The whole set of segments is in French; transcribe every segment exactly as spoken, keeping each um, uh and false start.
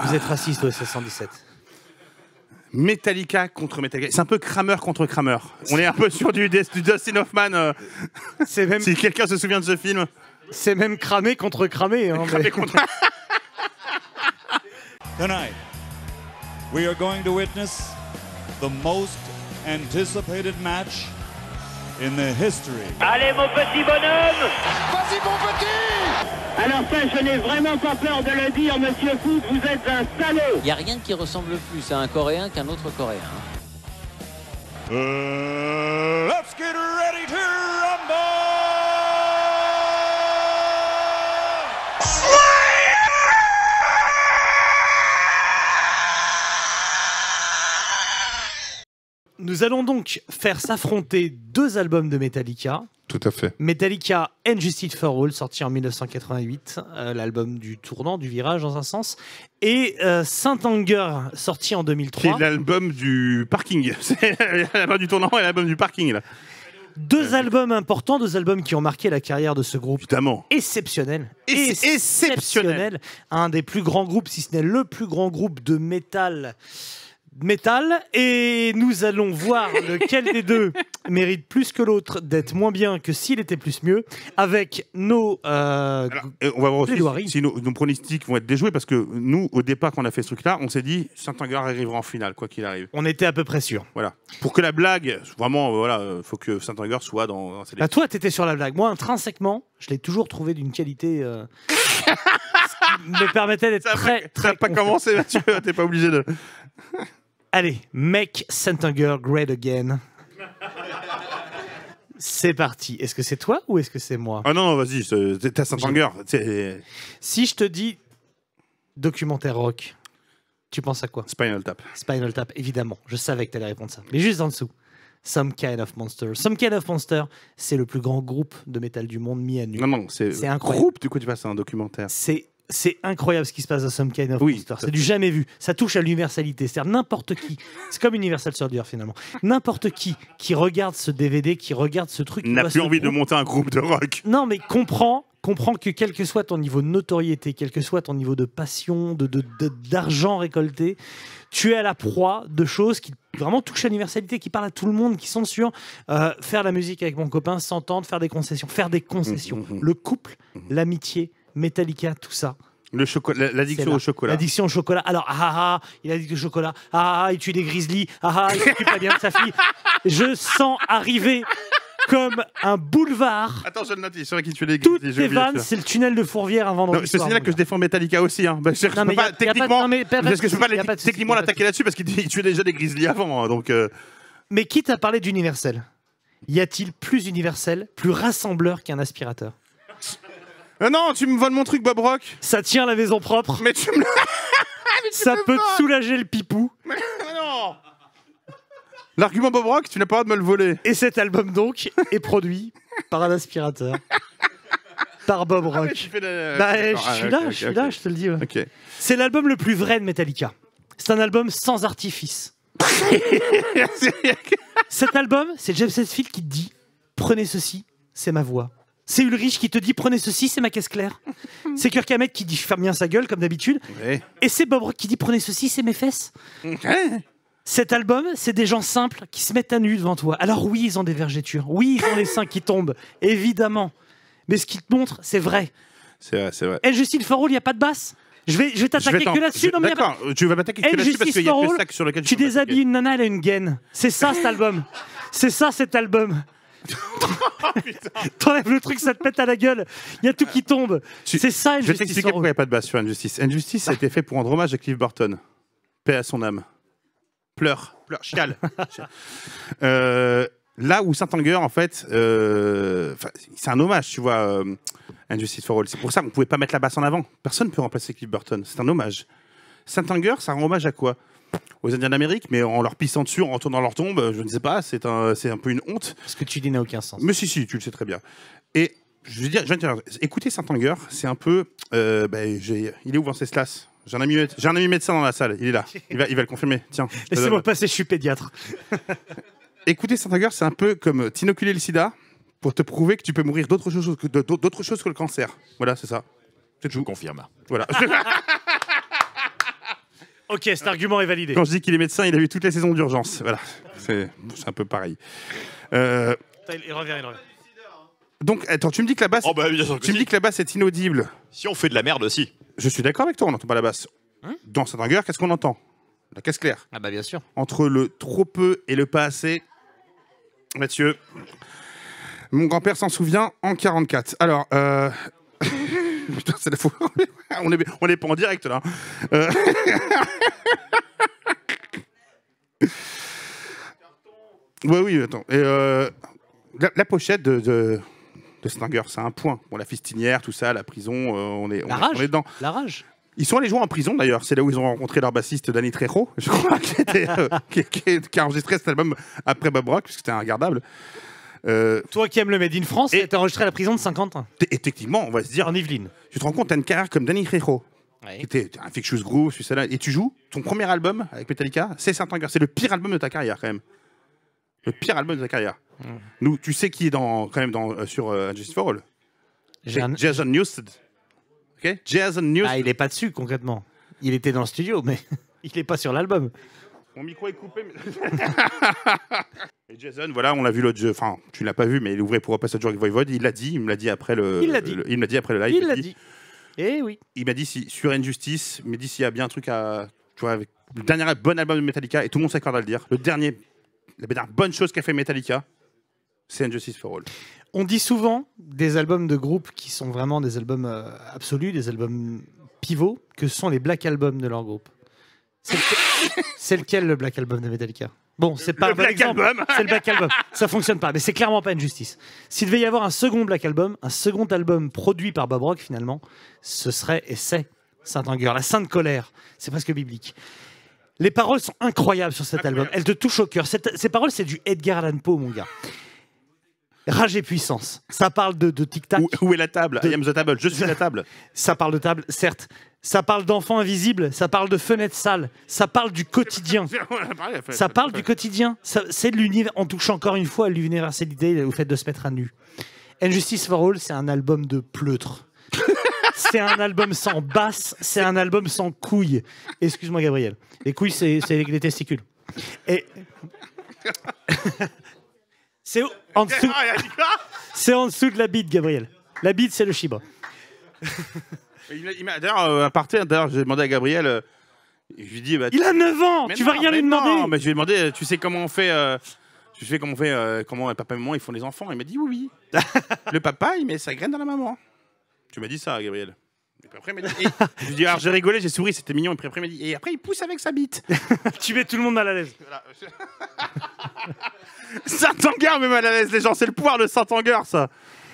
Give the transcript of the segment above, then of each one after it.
Vous êtes raciste, O S S cent dix-sept. Metallica contre Metallica. C'est un peu Kramer contre Kramer. On est un peu sur du, du Dustin Hoffman. Euh, même... Si quelqu'un se souvient de ce film. C'est même cramé contre cramé. Hein, cramé mais... contre... Tonight, we are going to witness the most anticipated match in the history. Allez mon petit bonhomme! Vas-y mon petit! Alors ça, je n'ai vraiment pas peur de le dire, monsieur Foot, vous êtes un salaud! Il n'y a rien qui ressemble plus à un Coréen qu'un autre Coréen. Uh, let's get ready to rumble! Nous allons donc faire s'affronter deux albums de Metallica. Tout à fait. Metallica And Justice for All, sorti en mille neuf cent quatre-vingt-huit, euh, l'album du tournant, du virage dans un sens, et euh, Saint Anger, sorti en deux mille trois. Qui est l'album du parking. C'est l'album du tournant et l'album du parking, là. Deux albums importants, deux albums qui ont marqué la carrière de ce groupe. Évidemment. Exceptionnel. Ex exceptionnel. Un des plus grands groupes, si ce n'est le plus grand groupe de métal. Métal, et nous allons voir lequel des deux mérite plus que l'autre d'être moins bien que s'il était plus mieux, avec nos euh, Alors, on va voir aussi si nos, nos pronostics vont être déjoués, parce que nous, au départ, quand on a fait ce truc-là, on s'est dit Saint Anger arrivera en finale, quoi qu'il arrive. On était à peu près sûr. Voilà. Pour que la blague, vraiment, voilà, faut que Saint Anger soit dans, dans cette bah, toi, t'étais sur la blague. Moi, intrinsèquement, je l'ai toujours trouvé d'une qualité euh, qui me permettait d'être très, très. Ça n'a pas commencé, Mathieu. T'es pas obligé de. Allez, make Saint Anger great again. C'est parti. Est-ce que c'est toi ou est-ce que c'est moi? Ah non, non vas-y, t'as Saint Anger. Si je te dis documentaire rock, tu penses à quoi? Spinal Tap. Spinal Tap, évidemment. Je savais que tu allais répondre ça. Mais juste en dessous, Some Kind of Monster. Some Kind of Monster, c'est le plus grand groupe de métal du monde mis à nu. Non, non, c'est un groupe, du coup tu passes à un documentaire. C'est C'est incroyable ce qui se passe dans Some Kind of oui, Monster. C'est du jamais vu. Ça touche à l'universalité. C'est-à-dire n'importe qui. C'est comme Universal Soldier finalement. N'importe qui qui regarde ce D V D, qui regarde ce truc. N'a plus envie groupe, de monter un groupe de rock. Non, mais comprends, comprends que quel que soit ton niveau de notoriété, quel que soit ton niveau de passion, de, de, de, d'argent récolté, tu es à la proie de choses qui vraiment touchent à l'universalité, qui parlent à tout le monde, qui sont sur euh, faire la musique avec mon copain, s'entendre, faire des concessions. Faire des concessions. Mmh, mmh. Le couple, mmh. l'amitié, Metallica, tout ça. Le chocolat, l'addiction au chocolat. L'addiction au chocolat. Alors, ah ah, ah il a dit que le chocolat. Ah ah, il tue des grizzlies. Ah ah, il s'occupe pas bien de sa fille. Je sens arriver comme un boulevard. Attends, je le note, c'est vrai qu'il tue des grizzlies. Toutes tes vannes, c'est le tunnel de Fourvière un vendredi soir. C'est signal que je défends Metallica aussi. Hein. Bah, je non, peux pas, techniquement, parce que je peux pas techniquement l'attaquer là-dessus parce qu'il tuait déjà des grizzlies avant. Hein, donc, euh... Mais quitte à parler d'universel, y a-t-il plus universel, plus rassembleur qu'un aspirateur? Euh, non, tu me voles mon truc, Bob Rock. Ça tient la maison propre. Mais tu me. Ça peut te soulager le pipou. Mais non. L'argument Bob Rock, tu n'as pas le droit de me le voler. Et cet album donc est produit par un aspirateur. Par Bob Rock. Ah, fais la... Bah, je suis ah, là, okay, je suis okay, là, okay. je te le dis. Ouais. Okay. C'est l'album le plus vrai de Metallica. C'est un album sans artifice. Cet album, c'est James Hetfield qui te dit « Prenez ceci, c'est ma voix ». C'est Ulrich qui te dit « Prenez ceci, c'est ma caisse claire ». C'est Kirk Hammett qui dit « Ferme bien sa gueule », comme d'habitude. Ouais. Et c'est Bob Rock qui dit « Prenez ceci, c'est mes fesses ouais. ». Cet album, c'est des gens simples qui se mettent à nu devant toi. Alors oui, ils ont des vergetures. Oui, ils ont les seins qui tombent, évidemment. Mais ce qu'ils te montrent, c'est vrai. C'est vrai, c'est vrai. And Justice for All, il n'y a pas de basse. Je vais, je vais t'attaquer que là-dessus. D'accord, a... tu vas m'attaquer que là-dessus parce qu'il y a que ça sur lequel tu déshabilles une nana, elle a une gaine. C'est ça, cet album. C'est ça, cet album. T'enlèves le truc, ça te pète à la gueule. Il y a tout qui tombe. Tu... C'est ça, Injustice. Je vais t'expliquer pourquoi il n'y a pas de basse sur Injustice. Injustice a été fait pour rendre hommage à Cliff Burton. Paix à son âme. Pleure, pleure, chiale. euh, là où Saint Anger, en fait, euh, c'est un hommage, tu vois, euh, Injustice for All. C'est pour ça qu'on ne pouvait pas mettre la basse en avant. Personne ne peut remplacer Cliff Burton. C'est un hommage. Saint Anger, ça rend hommage à quoi? Aux Indiens d'Amérique, mais en leur pissant dessus, en retournant leur tombe, je ne sais pas, c'est un, c'est un peu une honte. Ce que tu dis n'a aucun sens. Mais si, si, tu le sais très bien. Et je veux dire, je vais te dire écoutez Saint Anger, c'est un peu... Euh, bah, j'ai, il est où Venceslas? J'ai un, ami, j'ai un ami médecin dans la salle, il est là, il va, il va le confirmer. Tiens. Laissez-moi passer, je suis pédiatre. Écoutez Saint Anger, c'est un peu comme t'inoculer le sida pour te prouver que tu peux mourir d'autres choses que, d'autres choses que le cancer. Voilà, c'est ça. Je vous confirme. Voilà. Ok, cet argument est validé. Quand je dis qu'il est médecin, il a vu toutes les saisons d'urgence. Voilà, c'est un peu pareil. Euh... Il revient, il revient. Donc, attends, tu me dis que la basse, Oh bah, bien sûr que tu me si. dis que la basse est inaudible. Si on fait de la merde aussi. Je suis d'accord avec toi, on n'entend pas la basse. Hein Dans Saint-Anger, qu'est-ce qu'on entend? La caisse claire. Ah bah bien sûr. Entre le trop peu et le pas assez, Mathieu, mon grand-père s'en souvient en quarante-quatre. Alors, euh... putain, c'est la fois. on est, on est pas en direct là. Euh... ouais, oui, attends. Et euh... la, la pochette de, de, de Saint-Anger, c'est un point. Bon, la fistinière, tout ça, la prison, euh, on est, on, La est- rage. on est dedans. La rage. Ils sont allés jouer en prison d'ailleurs. C'est là où ils ont rencontré leur bassiste Danny Trejo, je crois, qui, était, euh, qui, qui- qui a enregistré cet album après Bob Rock, puisque c'était ingardable. Euh, Toi qui aimes le Made in France, Et- t'es enregistré à la prison de Saint-Quentin, t- et techniquement, on va se dire, en Yvelines. tu te rends compte, t'as une carrière comme Danny Trejo, Ouais. qui était un Fictitious Groove, celui là, et tu joues ton premier album avec Metallica, c'est Saint-Anger. C'est le pire album de ta carrière quand même. Le pire album de ta carrière. Mm. Nous, tu sais qui est dans, quand même dans, euh, sur euh, Justice for All. J'ai un- Jason Newsted. Ok, Jason Newsted. Ah, il est pas dessus concrètement. Il était dans le studio, mais il est pas sur l'album. Mon micro est coupé. Mais... Et Jason, voilà, on l'a vu l'autre jeu. Enfin, tu l'as pas vu, mais il ouvrait pour Passage avec Voivode. Il l'a dit, il me l'a dit après le. Il l'a dit. le- il me l'a dit après le live. Il l'a dit. Eh oui. Il m'a dit si sur Injustice, il m'a dit s'il y a bien un truc à, tu vois, avec le dernier bon album de Metallica, et tout le monde s'accorde à le dire. Le dernier, la dernière bonne chose qu'a fait Metallica, c'est Injustice for All. On dit souvent des albums de groupes qui sont vraiment des albums euh, absolus, des albums pivots, que ce sont les Black Albums de leur groupe. C'est lequel, c'est lequel le Black Album de Metallica? Bon, c'est pas Le un bon Black exemple. Album. C'est le Black Album. Ça fonctionne pas, mais c'est clairement pas Injustice. S'il devait y avoir un second Black Album, un second album produit par Bob Rock finalement, ce serait et c'est Saint-Anger, la Sainte Colère. C'est presque biblique. Les paroles sont incroyables sur cet album. Elles te touchent au cœur. Cette- ces paroles, c'est du Edgar Allan Poe, mon gars. Rage et puissance. Ça parle de, de tic-tac. Où, où est la table? De- I am the table. Je suis la table. Ça parle de table, certes. Ça parle d'enfants invisibles. Ça parle de fenêtres sales. Ça parle du quotidien. Ça parle du quotidien. Ça- C'est de l'univers. On touche encore une fois à l'universalité au fait de se mettre à nu. Injustice for All, c'est un album de pleutre. C'est un album sans basse. C'est un album sans couilles. Excuse-moi, Gabriel. Les couilles, c'est c'est les testicules. Et. C'est en dessous. C'est en dessous de la bite, Gabriel. La bite, c'est le chibre. Il m'a- il m'a- D'ailleurs, euh, à partir, d'ailleurs, j'ai demandé à Gabriel. euh, je lui dis, bah, Il a neuf ans. Mais Tu non, vas rien mais lui demander. Non, mais je lui ai demandé, euh, tu sais comment on fait, euh, tu sais comment on fait, euh, comment papa et maman ils font les enfants. Il m'a dit oui, oui. Le papa, il met sa graine dans la maman. Tu m'as dit ça, Gabriel. Et puis après, il m'a dit, et- je lui ai dit, alors j'ai rigolé, j'ai souri, c'était mignon. Et puis après, il m'a dit, et après, il pousse avec sa bite. Tu mets tout le monde mal à l'aise. Voilà. Saint-Anger met mal à l'aise les gens, c'est le pouvoir de Saint-Anger, ça.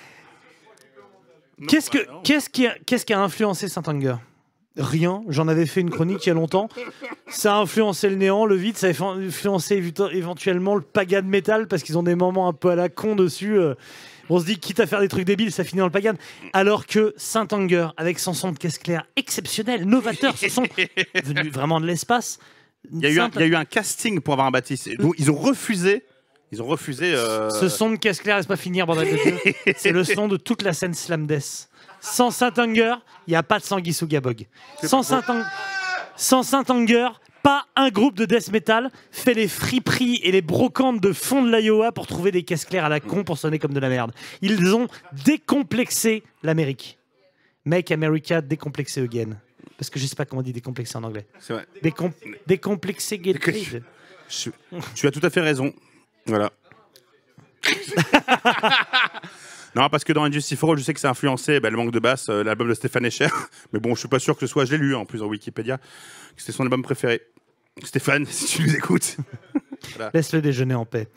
Non, Qu'est-ce que bah non. qu'est-ce qui a, qu'est-ce qui a influencé Saint-Anger? Rien. J'en avais fait une chronique il y a longtemps. Ça a influencé le néant, le vide. Ça a influencé évi- éventuellement le pagan metal parce qu'ils ont des moments un peu à la con dessus. euh. On se dit quitte à faire des trucs débiles, ça finit dans le pagan. Alors que Saint-Anger, avec son son de caisse claire exceptionnel, novateur, ce son venu vraiment de l'espace. Il y, a eu un, Saint- il y a eu un casting pour avoir un Baptiste. Donc, ils ont refusé. Ils ont refusé. euh, Ce son de caisse claire, laisse pas finir, bordel de Dieu. C'est le son de toute la scène slam death. Sans Saint-Anger, il n'y a pas de Sanguisuga Bog. Sans Saint-Anger, sans Saint-Anger, pas un groupe de death metal fait les friperies et les brocantes de fond de l'Iowa pour trouver des caisses claires à la con pour sonner comme de la merde. Ils ont décomplexé l'Amérique. Make America décomplexé again. Parce que je sais pas comment on dit décomplexé en anglais. C'est vrai. Décom décomplexé get Décom- paid. Je- tu as tout à fait raison. Voilà. Non, parce que dans Injustice for All, je sais que ça a influencé bah, le manque de basse, euh, l'album de Stéphane Escher. Mais bon, je suis pas sûr que ce soit, je l'ai lu en plus en Wikipédia, que c'était son album préféré. Stéphane, si tu nous écoutes. Laisse-le déjeuner en paix.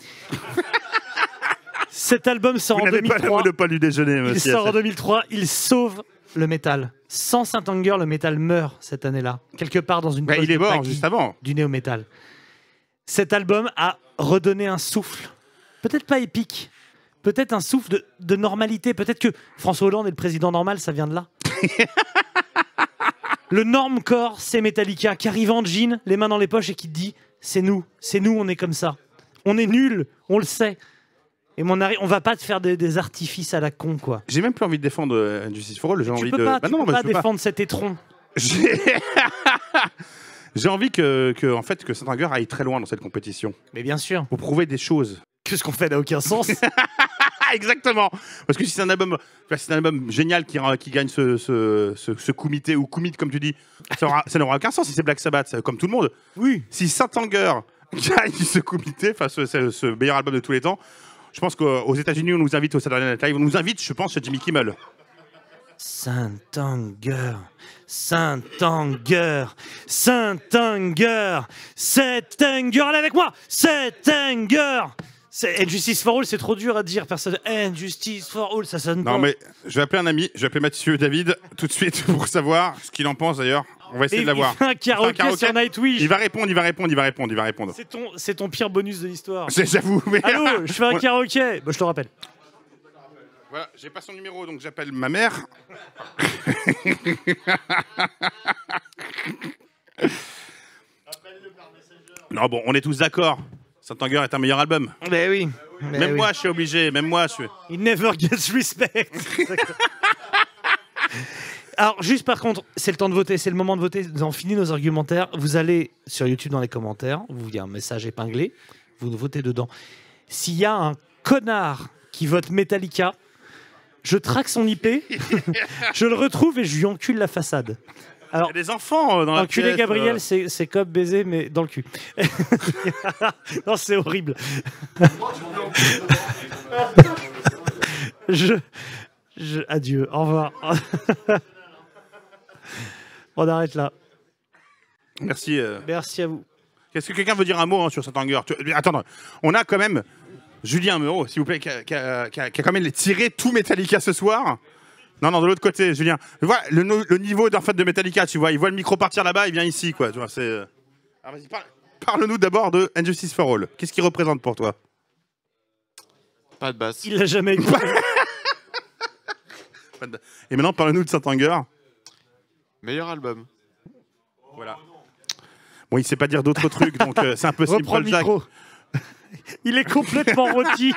Cet album sort Vous en n'avez deux pas mille le trois. monopole du déjeuner, Il monsieur. sort en deux mille trois. Il sauve le métal. Sans Saint-Anger, le métal meurt cette année-là. Quelque part dans une Bah, poche il est de mort Paggy juste avant. du néo-métal. Cet album a redonné un souffle. Peut-être pas épique. Peut-être un souffle de, de normalité. Peut-être que François Hollande est le président normal, ça vient de là. Le normcore, c'est Metallica qui arrive en jean, les mains dans les poches et qui te dit c'est nous, c'est nous, on est comme ça. On est nuls, on le sait. Et mon arri- on va pas te faire des, des artifices à la con, quoi. J'ai même plus envie de défendre euh, Injustice for All. J'ai Tu envie peux de. pas, Bah tu non, peux bah, pas je peux pas. défendre cet étron. J'ai- J'ai envie que, que, en fait, que Saint-Anger aille très loin dans cette compétition. Mais bien sûr. Pour prouver des choses. Que ce qu'on fait n'a aucun sens. Exactement. Parce que si c'est un album, si c'est un album génial qui, qui gagne ce, ce, ce, ce comité ou commit comme tu dis, ça, aura, ça n'aura aucun sens si c'est Black Sabbath, comme tout le monde. Oui. Si Saint-Anger gagne ce comité, enfin ce, ce, ce meilleur album de tous les temps, je pense qu'aux États-Unis on nous invite au Saturday Night Live, on nous invite, je pense, chez Jimmy Kimmel. Saint-Anger, Saint-Anger, Saint-Anger, Saint-Anger, allez avec moi, Saint-Anger. And Justice for All, c'est trop dur à dire, personne. And Justice for All, ça sonne pas. Non mais je vais appeler un ami, je vais appeler Mathieu David tout de suite pour savoir ce qu'il en pense d'ailleurs. On va essayer Et de l'avoir. Il fait un karaoké sur Nightwish. Il va répondre, il va répondre, il va répondre, il va répondre. C'est ton, c'est ton pire bonus de l'histoire. J'avoue. Mais... Allô, je fais un karaoké. Bah, je te rappelle. Voilà, j'ai pas son numéro, donc j'appelle ma mère. Non bon, on est tous d'accord. Saint-Anger est un meilleur album. Mais oui. Mais même oui. moi, je suis obligé. Même moi, je suis. It never gets respect. Alors, juste par contre, c'est le temps de voter, c'est le moment de voter. Nous avons fini nos argumentaires. Vous allez sur YouTube dans les commentaires. Vous il y a un message épinglé. Vous votez dedans. S'il y a un connard qui vote Metallica, je traque son I P, je le retrouve et je lui encule la façade. Alors, il y a des enfants euh, dans la enculer pièce, Gabriel, euh... c'est, c'est comme baiser, mais dans le cul. Non, c'est horrible. je, je, adieu, au revoir. On arrête là. Merci. Euh... Merci à vous. Est-ce que quelqu'un veut dire un mot hein, sur Saint-Anger? tu... Attends, on a quand même Julien Meureau, s'il vous plaît, qui a, qui, a, qui, a, qui a quand même tiré tout Metallica ce soir. Non, non, de l'autre côté, Julien. Voilà le, le niveau d'un fan de Metallica, tu vois. Il voit le micro partir là-bas, il vient ici, quoi. Tu vois, c'est... Alors, vas-y, parle, parle-nous d'abord de And Justice for All. Qu'est-ce qu'il représente pour toi? Pas de basse. Il l'a jamais écouté. Et maintenant, parle-nous de Saint-Anger. Meilleur album. Voilà. Bon, il sait pas dire d'autres trucs, donc euh, c'est impossible. Reprends le micro. Il est complètement rôti.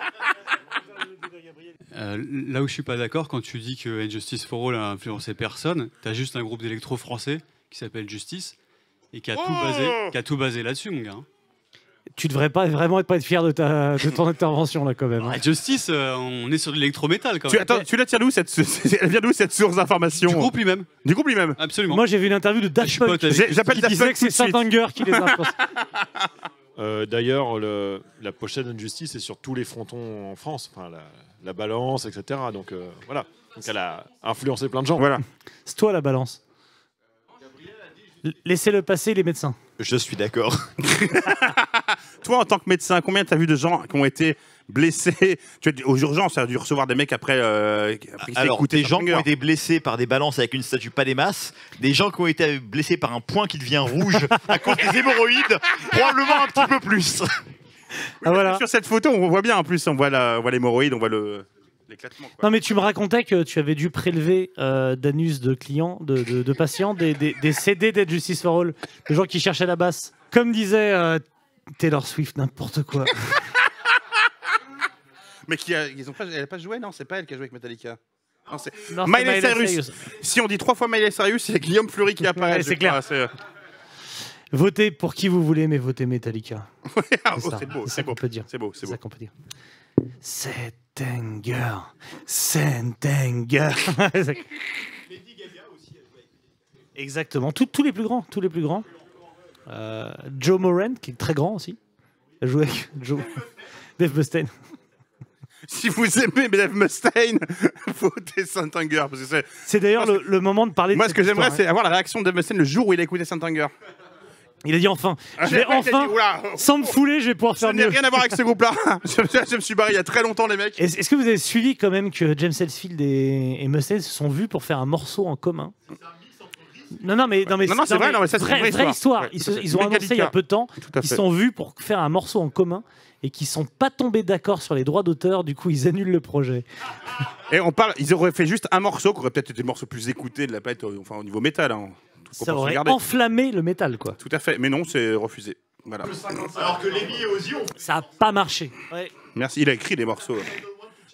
Euh, là où je suis pas d'accord, quand tu dis que Justice for All a influencé personne, t'as juste un groupe d'électro français qui s'appelle Justice et qui a oh tout basé, qui a tout basé là-dessus, mon gars. Tu devrais pas vraiment être pas être fier de ta de ton intervention là quand même. Hein. Ah, Justice, euh, on est sur de l'électro-métal quand tu, même. attends, tu la tires d'où cette, elle vient d'où cette source d'information? Du groupe lui-même. Du groupe lui-même. Absolument. Moi j'ai vu une interview de Daft Punk. J'appelle Daft Punk. Que c'est Saint-Anger qui les influence. Euh, D'ailleurs, le, la prochaine Injustice est sur tous les frontons en France, enfin la, la balance, et cetera. Donc euh, voilà, donc elle a influencé plein de gens. Voilà. C'est toi la balance. Laissez-le passer les médecins. Je suis d'accord. Toi, en tant que médecin, combien tu as vu de gens qui ont été blessés? Tu as, aux urgences, tu as dû recevoir des mecs après. Euh, après Alors, des gens qui ont été blessés par des balances avec une statue pas des masses, des gens qui ont été blessés par un point qui devient rouge à cause des hémorroïdes, probablement un petit peu plus. Ah, voilà. Sur cette photo, on voit bien en plus, on voit l'hémorroïde, on voit le. Non mais tu me racontais que tu avais dû prélever euh, d'anus de clients, de, de, de patients, des, des, des C D d'Ed Justice for All, de gens qui cherchaient la basse. Comme disait euh, Taylor Swift, n'importe quoi. Mais qui a, ils ont pas, elle n'a pas joué, non? C'est pas elle qui a joué avec Metallica. Non, c'est non, Miley Cyrus. Cyrus. Si on dit trois fois Miley Cyrus, c'est Guillaume Fleury qui apparaît. Ouais, c'est clair. Crois, votez pour qui vous voulez, mais votez Metallica. Ah, c'est oh, ça, c'est beau, c'est ça c'est qu'on beau. peut dire. C'est beau, c'est beau. ça qu'on peut dire. Saint-Anger, Saint-Anger. Exactement, tous, tous les plus grands, tous les plus grands. Euh, Joe Moran, qui est très grand aussi. Il a joué avec Joe. Dave Mustaine. Si vous aimez Dave Mustaine, votez Saint-Anger. C'est, c'est d'ailleurs le, le moment de parler. Moi, de ce que j'aimerais, histoire, c'est avoir la réaction de Dave Mustaine le jour où il a écouté Saint-Anger. Il a dit enfin, je vais enfin, dit, sans me fouler, je vais pouvoir faire mieux. Ça n'a rien à voir avec ce groupe-là. je, je me suis barré il y a très longtemps, les mecs. Est-ce, est-ce que vous avez suivi quand même que James Hetfield et, et Mustaine se sont vus pour faire un morceau en commun? Non, non, mais, non, mais, non, non, c'est non, vrai, mais, non, mais ça, c'est vraie, une vraie vraie histoire. Ouais, ils, se, ils ont annoncé il y a peu de temps qu'ils se sont vus pour faire un morceau en commun et qu'ils sont pas tombés d'accord sur les droits d'auteur. Du coup, ils annulent le projet. Et on parle, ils auraient fait juste un morceau qui aurait peut-être été le morceau plus écouté de la palette, enfin au niveau métal. Hein. Ça aurait enflammé le métal, quoi. Tout à fait, mais non, c'est refusé. Voilà. Alors que Lemmy et Ozzy ont... Ça a pas marché. Ouais. Merci, il a écrit des morceaux.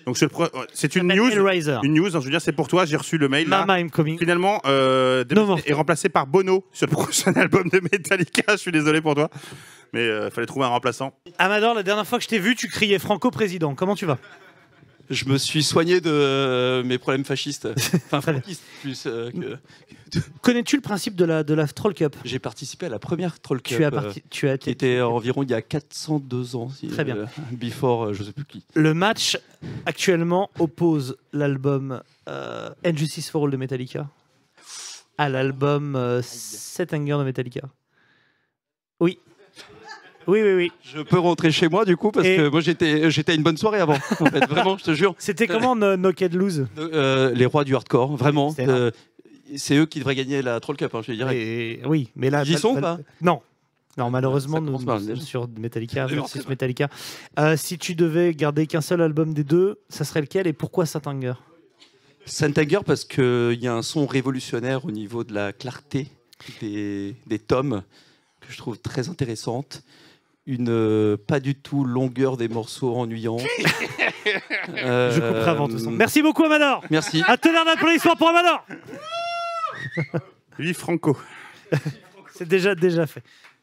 Donc c'est le pro- c'est une s'appelle news, Hellraiser. une news. Je veux dire, c'est pour toi. J'ai reçu le mail là. Mama I'm coming. Finalement, euh, No Dave more. est remplacé par Bono sur le prochain album de Metallica. Je suis désolé pour toi, mais il euh, fallait trouver un remplaçant. Amador, la dernière fois que je t'ai vu, tu criais Franco président. Comment tu vas? Je me suis soigné de euh, mes problèmes fascistes. Enfin, franquistes plus. euh, que- Connais-tu le principe de la, de la Troll Cup? J'ai participé à la première Troll Cup. Tu as, euh, parti- tu as qui était environ il y a quatre cent deux ans. Si, Très bien. euh, before, euh, je sais plus qui. Le match actuellement oppose l'album euh, Injustice for All de Metallica à l'album euh, Set Anger de Metallica. Oui. Oui, oui, oui. Je peux rentrer chez moi du coup parce Et- que moi j'étais j'étais à une bonne soirée avant. En fait, vraiment, je te jure. C'était comment No No Kid Lose? Euh, les rois du hardcore, vraiment. C'est énorme. Euh, c'est eux qui devraient gagner la Troll Cup, hein, je vais dire. Et- Oui, mais là. Ils y sont ou pas? Non. Non, malheureusement, Ça nous, commence mal, nous déjà. sommes sur Metallica Mais non, versus c'est Metallica. Euh, si tu devais garder qu'un seul album des deux, ça serait lequel et pourquoi Saint Anger? Saint-Anger parce qu'il y a un son révolutionnaire au niveau de la clarté des, des tomes que je trouve très intéressante. Une euh, pas du tout longueur des morceaux ennuyants. Euh, Je couperai avant tout ça. Merci beaucoup, Amador. Merci. Un tonnerre d'applaudissements pour Amador. Vive Franco. C'est déjà, déjà fait.